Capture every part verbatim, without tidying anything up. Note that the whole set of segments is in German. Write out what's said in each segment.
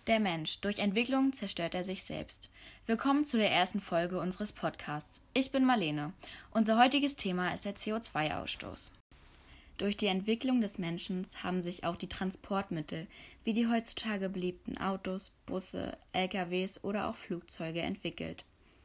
Der Mensch. Durch Entwicklung zerstört er sich selbst. Willkommen zu der ersten Folge unseres Podcasts. Ich bin Marlene. Unser heutiges Thema ist der C O zwei Ausstoß. Durch die Entwicklung des Menschen haben sich auch die Transportmittel, wie die heutzutage beliebten Autos, Busse, L K Ws oder auch Flugzeuge entwickelt.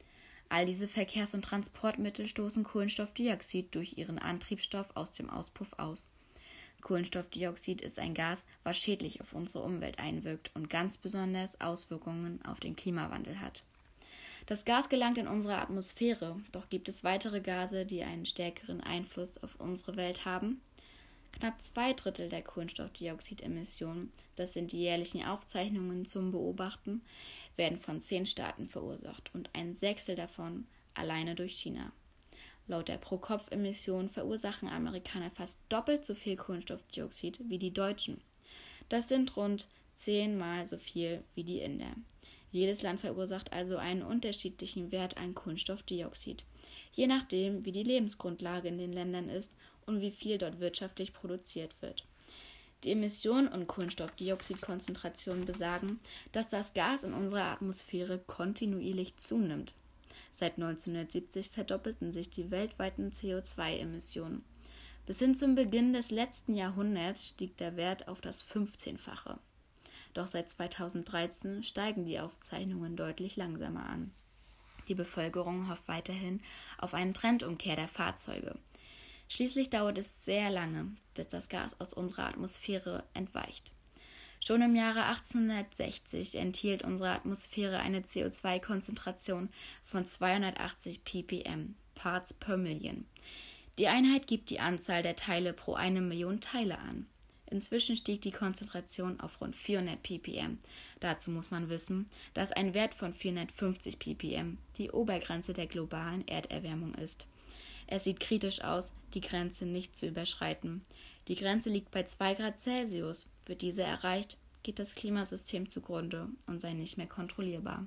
All diese Verkehrs- und Transportmittel stoßen Kohlenstoffdioxid durch ihren Antriebsstoff aus dem Auspuff aus. Kohlenstoffdioxid ist ein Gas, was schädlich auf unsere Umwelt einwirkt und ganz besonders Auswirkungen auf den Klimawandel hat. Das Gas gelangt in unsere Atmosphäre, doch gibt es weitere Gase, die einen stärkeren Einfluss auf unsere Welt haben. Knapp zwei Drittel der Kohlenstoffdioxidemissionen, das sind die jährlichen Aufzeichnungen zum Beobachten, werden von zehn Staaten verursacht und ein Sechstel davon alleine durch China. Laut der Pro-Kopf-Emissionen verursachen Amerikaner fast doppelt so viel Kohlenstoffdioxid wie die Deutschen. Das sind rund zehnmal so viel wie die Inder. Jedes Land verursacht also einen unterschiedlichen Wert an Kohlenstoffdioxid, je nachdem, wie die Lebensgrundlage in den Ländern ist und wie viel dort wirtschaftlich produziert wird. Die Emissionen und Kohlenstoffdioxidkonzentrationen besagen, dass das Gas in unserer Atmosphäre kontinuierlich zunimmt. Seit neunzehnhundertsiebzig verdoppelten sich die weltweiten C O zwei Emissionen. Bis hin zum Beginn des letzten Jahrhunderts stieg der Wert auf das fünfzehnfache. Doch seit zweitausenddreizehn steigen die Aufzeichnungen deutlich langsamer an. Die Bevölkerung hofft weiterhin auf einen Trendumkehr der Fahrzeuge. Schließlich dauert es sehr lange, bis das Gas aus unserer Atmosphäre entweicht. Schon im Jahre achtzehnhundertsechzig enthielt unsere Atmosphäre eine C O zwei Konzentration von zweihundertachtzig ppm, Parts per Million. Die Einheit gibt die Anzahl der Teile pro eine Million Teile an. Inzwischen stieg die Konzentration auf rund vierhundert ppm. Dazu muss man wissen, dass ein Wert von vierhundertfünfzig ppm die Obergrenze der globalen Erderwärmung ist. Es sieht kritisch aus, die Grenze nicht zu überschreiten. Die Grenze liegt bei zwei Grad Celsius. Wird diese erreicht, geht das Klimasystem zugrunde und sei nicht mehr kontrollierbar.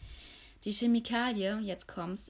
Die Chemikalie, jetzt kommt's,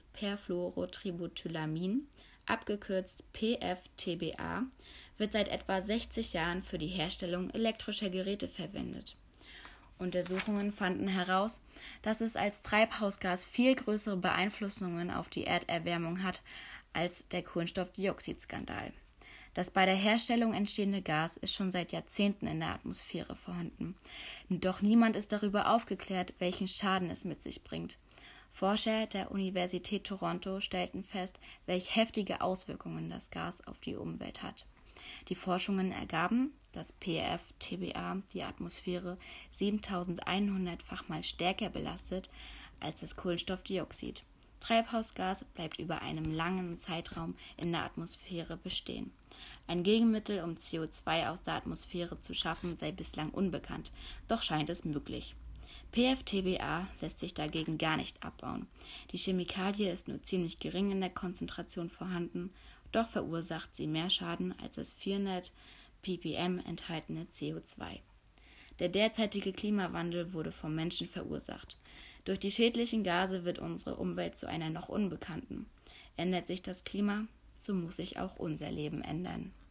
Perfluorotributhylamin, abgekürzt P F T B A, wird seit etwa sechzig Jahren für die Herstellung elektrischer Geräte verwendet. Untersuchungen fanden heraus, dass es als Treibhausgas viel größere Beeinflussungen auf die Erderwärmung hat als der Kohlenstoffdioxidskandal. Das bei der Herstellung entstehende Gas ist schon seit Jahrzehnten in der Atmosphäre vorhanden. Doch niemand ist darüber aufgeklärt, welchen Schaden es mit sich bringt. Forscher der Universität Toronto stellten fest, welche heftige Auswirkungen das Gas auf die Umwelt hat. Die Forschungen ergaben, dass P F T B A die Atmosphäre siebentausendeinhundert-fach mal stärker belastet als das Kohlenstoffdioxid. Treibhausgas bleibt über einem langen Zeitraum in der Atmosphäre bestehen. Ein Gegenmittel, um C O zwei aus der Atmosphäre zu schaffen, sei bislang unbekannt, doch scheint es möglich. P F T B A lässt sich dagegen gar nicht abbauen. Die Chemikalie ist nur ziemlich gering in der Konzentration vorhanden, doch verursacht sie mehr Schaden als das vierhundert ppm enthaltene C O zwei. Der derzeitige Klimawandel wurde vom Menschen verursacht. Durch die schädlichen Gase wird unsere Umwelt zu einer noch unbekannten. Ändert sich das Klima, so muss sich auch unser Leben ändern.